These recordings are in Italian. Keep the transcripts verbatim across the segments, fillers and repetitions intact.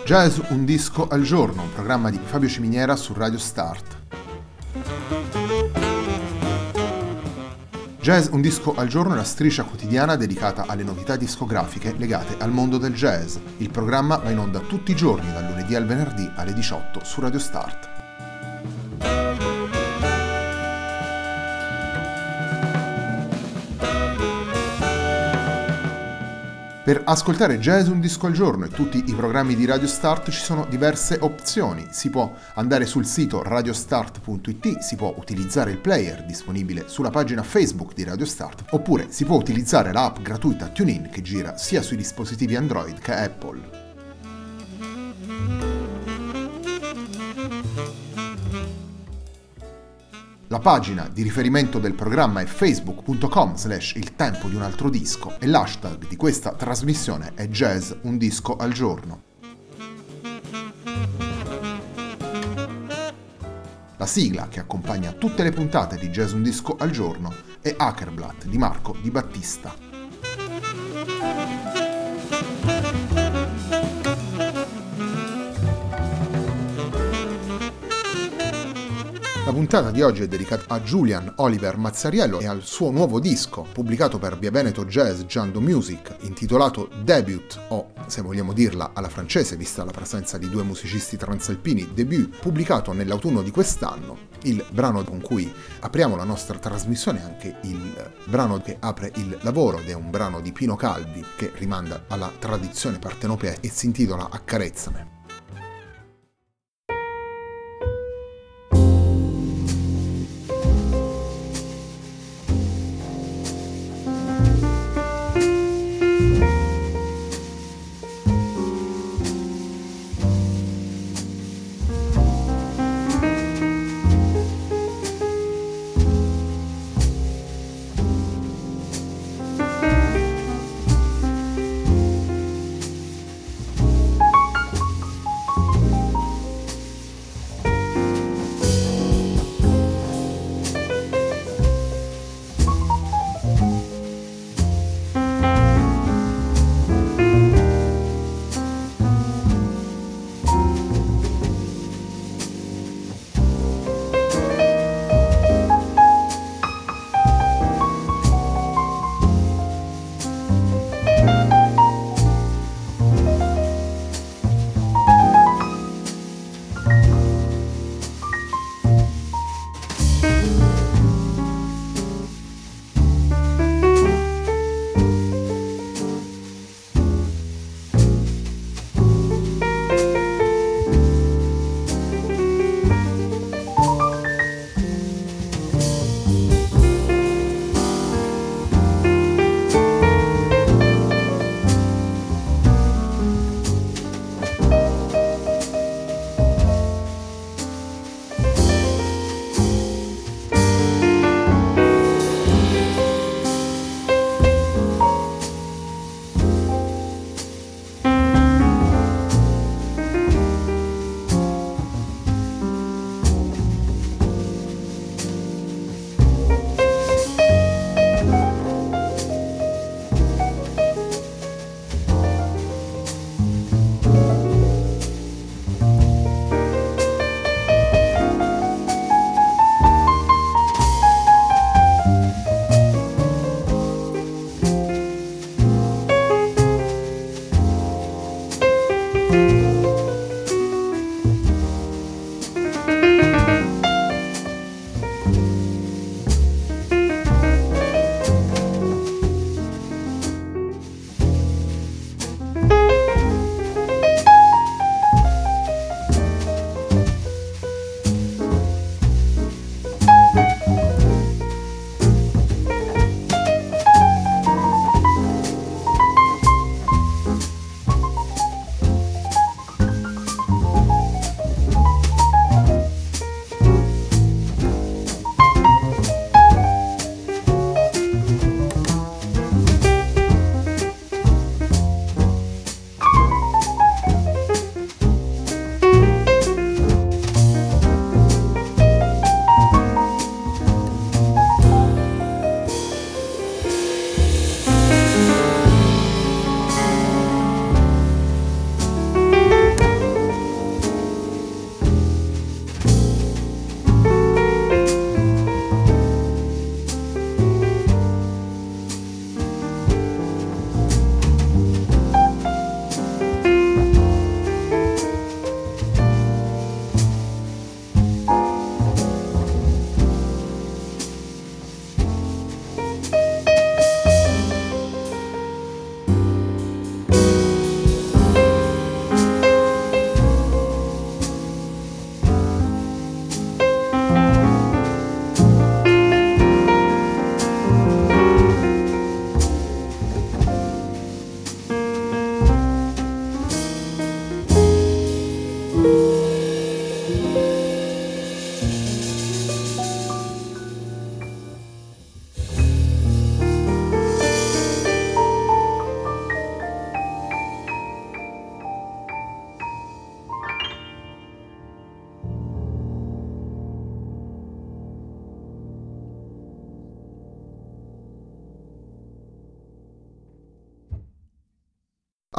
Jazz un disco al giorno, un programma di Fabio Ciminiera su Radio Start. Jazz un disco al giorno è la striscia quotidiana dedicata alle novità discografiche legate al mondo del jazz. Il programma va in onda tutti i giorni, dal lunedì al venerdì alle diciotto su Radio Start. Per ascoltare Jazz un disco al giorno e tutti i programmi di Radio Start ci sono diverse opzioni. Si può andare sul sito radiostart punto it, si può utilizzare il player disponibile sulla pagina Facebook di Radio Start, oppure si può utilizzare l'app gratuita TuneIn che gira sia sui dispositivi Android che Apple. La pagina di riferimento del programma è facebook punto com slash il tempo di un altro disco e l'hashtag di questa trasmissione è Jazz un disco al giorno. La sigla che accompagna tutte le puntate di Jazz un disco al giorno è Hackerblatt di Marco Di Battista. La puntata di oggi è dedicata a Julian Oliver Mazzariello e al suo nuovo disco, pubblicato per Via Veneto Jazz Jando Music, intitolato Debut, o se vogliamo dirla alla francese, vista la presenza di due musicisti transalpini, Debut, pubblicato nell'autunno di quest'anno. Il brano con cui apriamo la nostra trasmissione è anche il brano che apre il lavoro ed è un brano di Pino Calvi che rimanda alla tradizione partenopea e si intitola Accarezzame.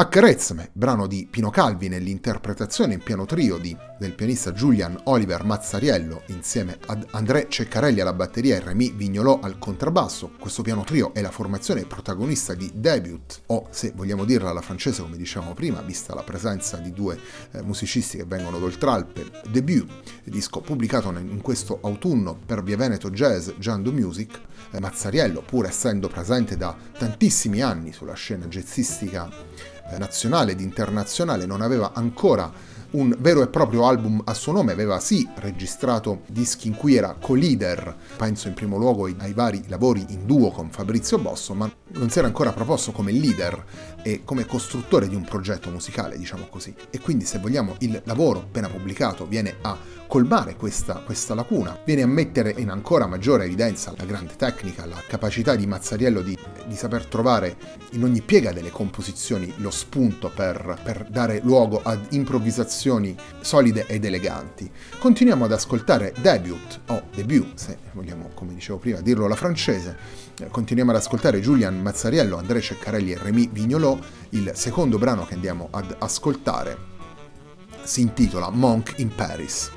Accarezzame, brano di Pino Calvi nell'interpretazione in piano trio di, del pianista Julian Oliver Mazzariello insieme ad André Ceccarelli alla batteria e Rémi Vignolò al contrabbasso. Questo piano trio è la formazione protagonista di Debut, o se vogliamo dirla alla francese come dicevamo prima, vista la presenza di due eh, musicisti che vengono d'Oltralpe. Debut, disco pubblicato in questo autunno per Via Veneto Jazz Jando Music. eh, Mazzariello, pur essendo presente da tantissimi anni sulla scena jazzistica nazionale ed internazionale, non aveva ancora un vero e proprio album a suo nome, aveva sì registrato dischi in cui era co-leader, penso in primo luogo ai vari lavori in duo con Fabrizio Bosso, ma non si era ancora proposto come leader e come costruttore di un progetto musicale, diciamo così. E quindi, se vogliamo, il lavoro appena pubblicato viene a colmare questa, questa lacuna, viene a mettere in ancora maggiore evidenza la grande tecnica, la capacità di Mazzariello di, di saper trovare in ogni piega delle composizioni lo spunto per, per dare luogo ad improvvisazioni solide ed eleganti. Continuiamo ad ascoltare Debut, o Debut, se vogliamo, come dicevo prima, dirlo alla francese. Continuiamo ad ascoltare Julian Mazzariello, André Ceccarelli e Rémi Vignolò. Il secondo brano che andiamo ad ascoltare si intitola Monk in Paris.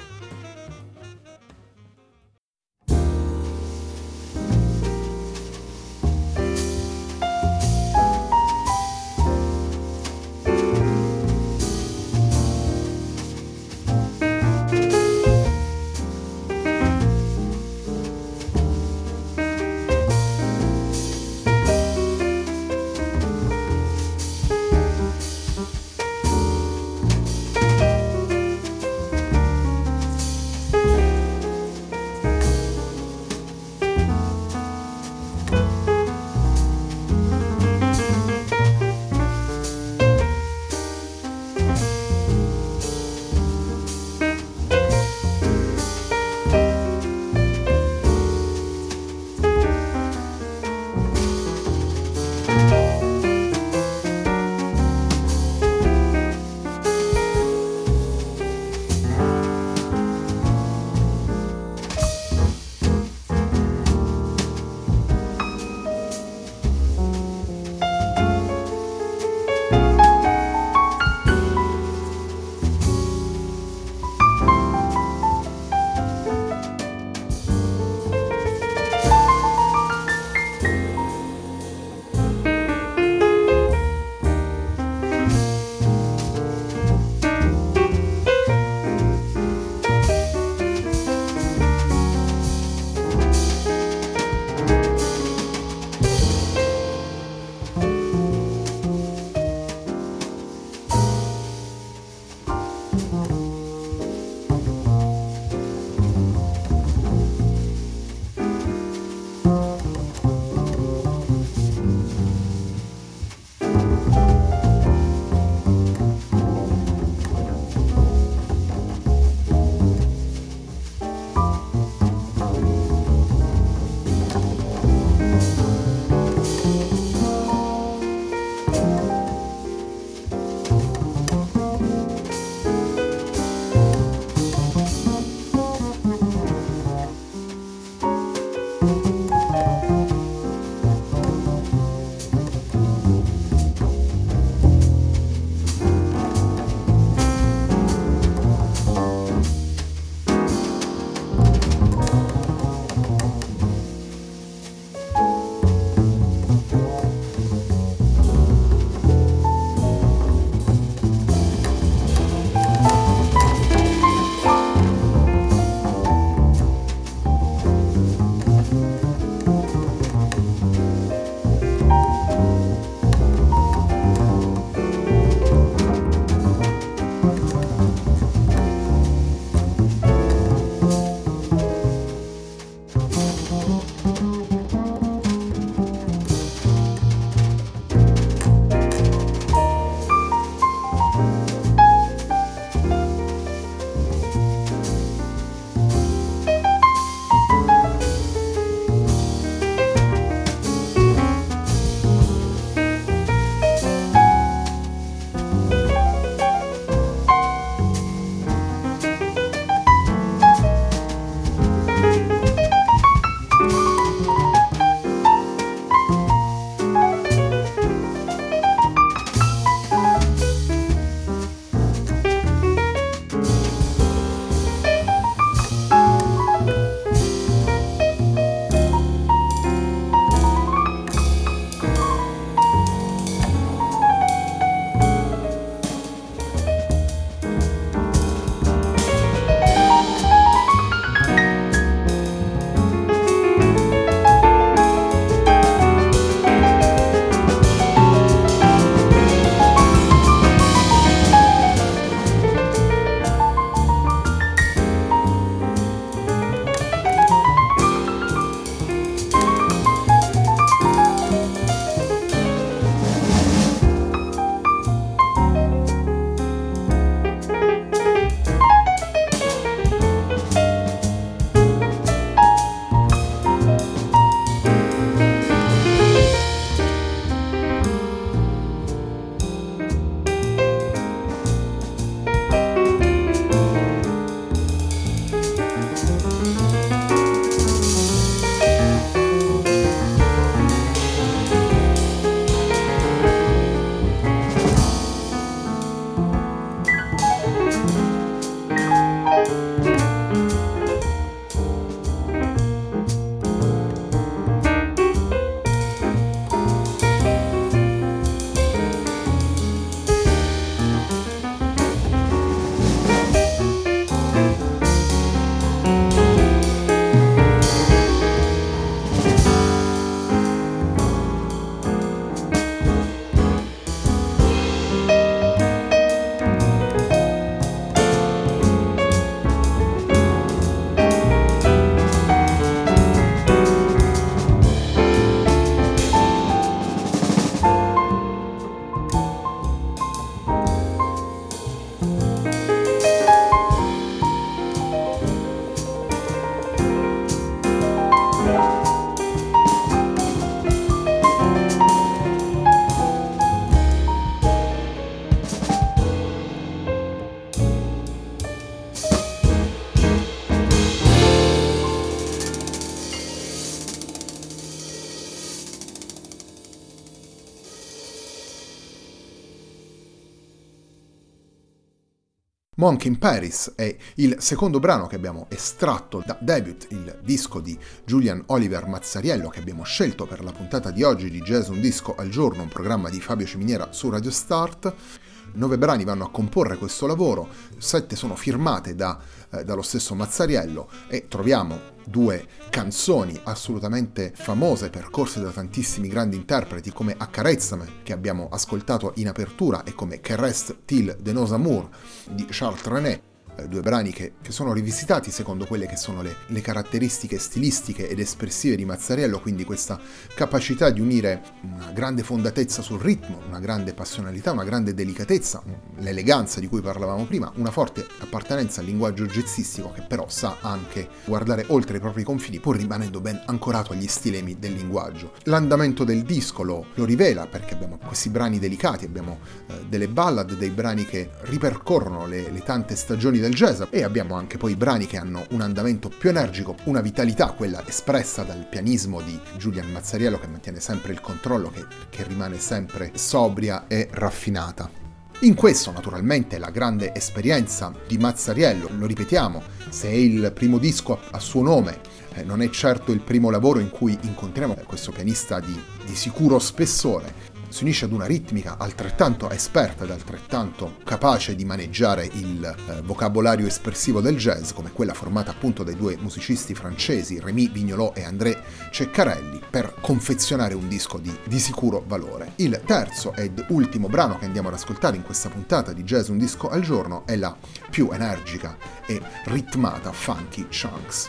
Monk in Paris è il secondo brano che abbiamo estratto da Debut, il disco di Julian Oliver Mazzariello che abbiamo scelto per la puntata di oggi di Jazz Un Disco al Giorno, un programma di Fabio Ciminiera su Radio Start. Nove brani vanno a comporre questo lavoro, sette sono firmate da, eh, dallo stesso Mazzariello e troviamo due canzoni assolutamente famose percorse da tantissimi grandi interpreti come Accarezzame, che abbiamo ascoltato in apertura, e come Che reste til de nos amours di Charles Trenet, due brani che, che sono rivisitati secondo quelle che sono le, le caratteristiche stilistiche ed espressive di Mazzariello, quindi questa capacità di unire una grande fondatezza sul ritmo, una grande passionalità, una grande delicatezza, l'eleganza di cui parlavamo prima, una forte appartenenza al linguaggio jazzistico che però sa anche guardare oltre i propri confini pur rimanendo ben ancorato agli stilemi del linguaggio. L'andamento del disco lo, lo rivela, perché abbiamo questi brani delicati, abbiamo eh, delle ballad, dei brani che ripercorrono le, le tante stagioni del jazz, e abbiamo anche poi brani che hanno un andamento più energico, una vitalità, quella espressa dal pianismo di Julian Mazzariello, che mantiene sempre il controllo, che, che rimane sempre sobria e raffinata. In questo naturalmente la grande esperienza di Mazzariello, lo ripetiamo, se è il primo disco a suo nome, eh, non è certo il primo lavoro in cui incontriamo questo pianista di, di sicuro spessore. Si unisce ad una ritmica altrettanto esperta ed altrettanto capace di maneggiare il eh, vocabolario espressivo del jazz, come quella formata appunto dai due musicisti francesi Rémi Vignolot e André Ceccarelli, per confezionare un disco di, di sicuro valore. Il terzo ed ultimo brano che andiamo ad ascoltare in questa puntata di Jazz Un Disco al Giorno è la più energica e ritmata Funky Chunks.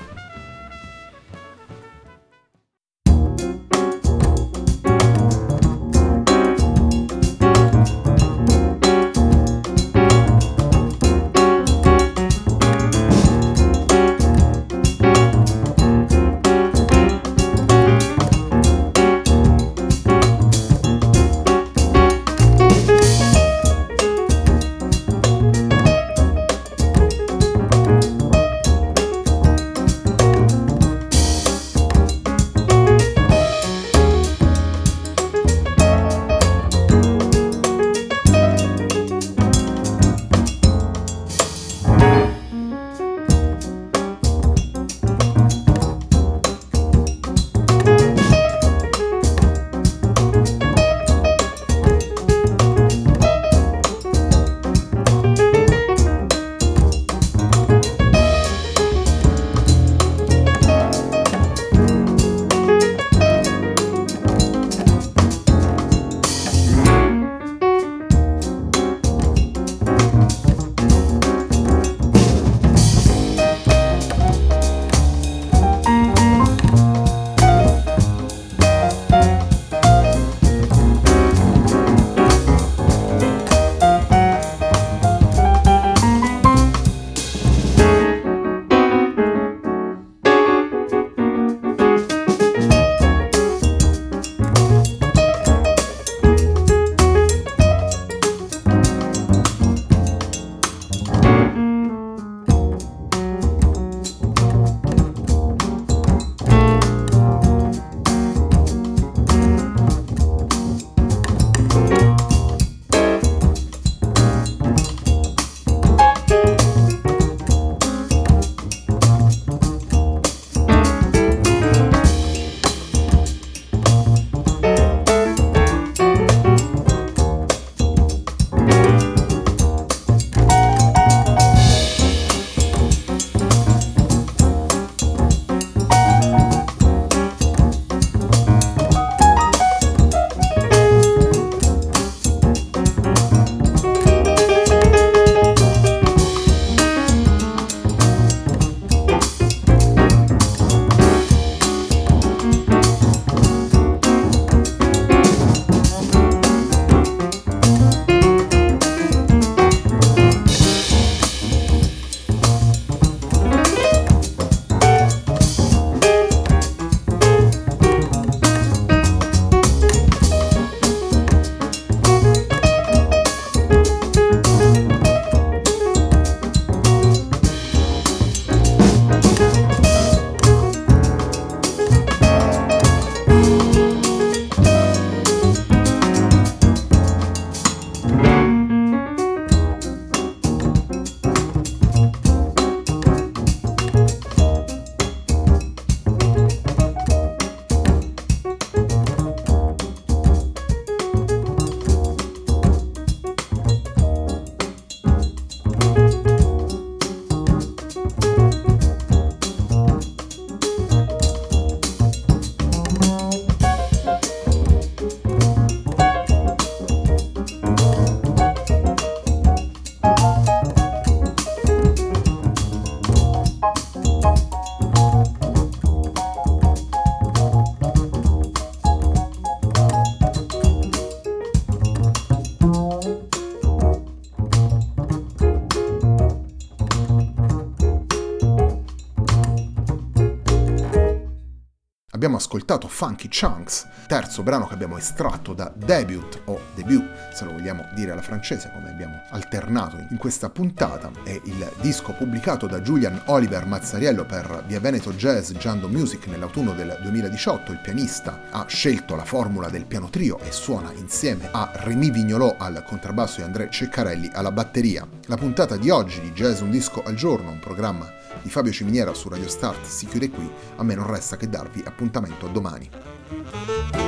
abbiamo ascoltato Funky Chunks, terzo brano che abbiamo estratto da Debut o Debut, se lo vogliamo dire alla francese come abbiamo alternato in questa puntata. È il disco pubblicato da Julian Oliver Mazzariello per Via Veneto Jazz Giando Music nell'autunno del duemiladiciotto. Il pianista ha scelto la formula del piano trio e suona insieme a Rémi Vignolot al contrabbasso e André Ceccarelli alla batteria. La puntata di oggi di Jazz Un Disco al Giorno, un programma di Fabio Ciminiera su Radio Start, si chiude qui. A me non resta che darvi appuntamento a domani.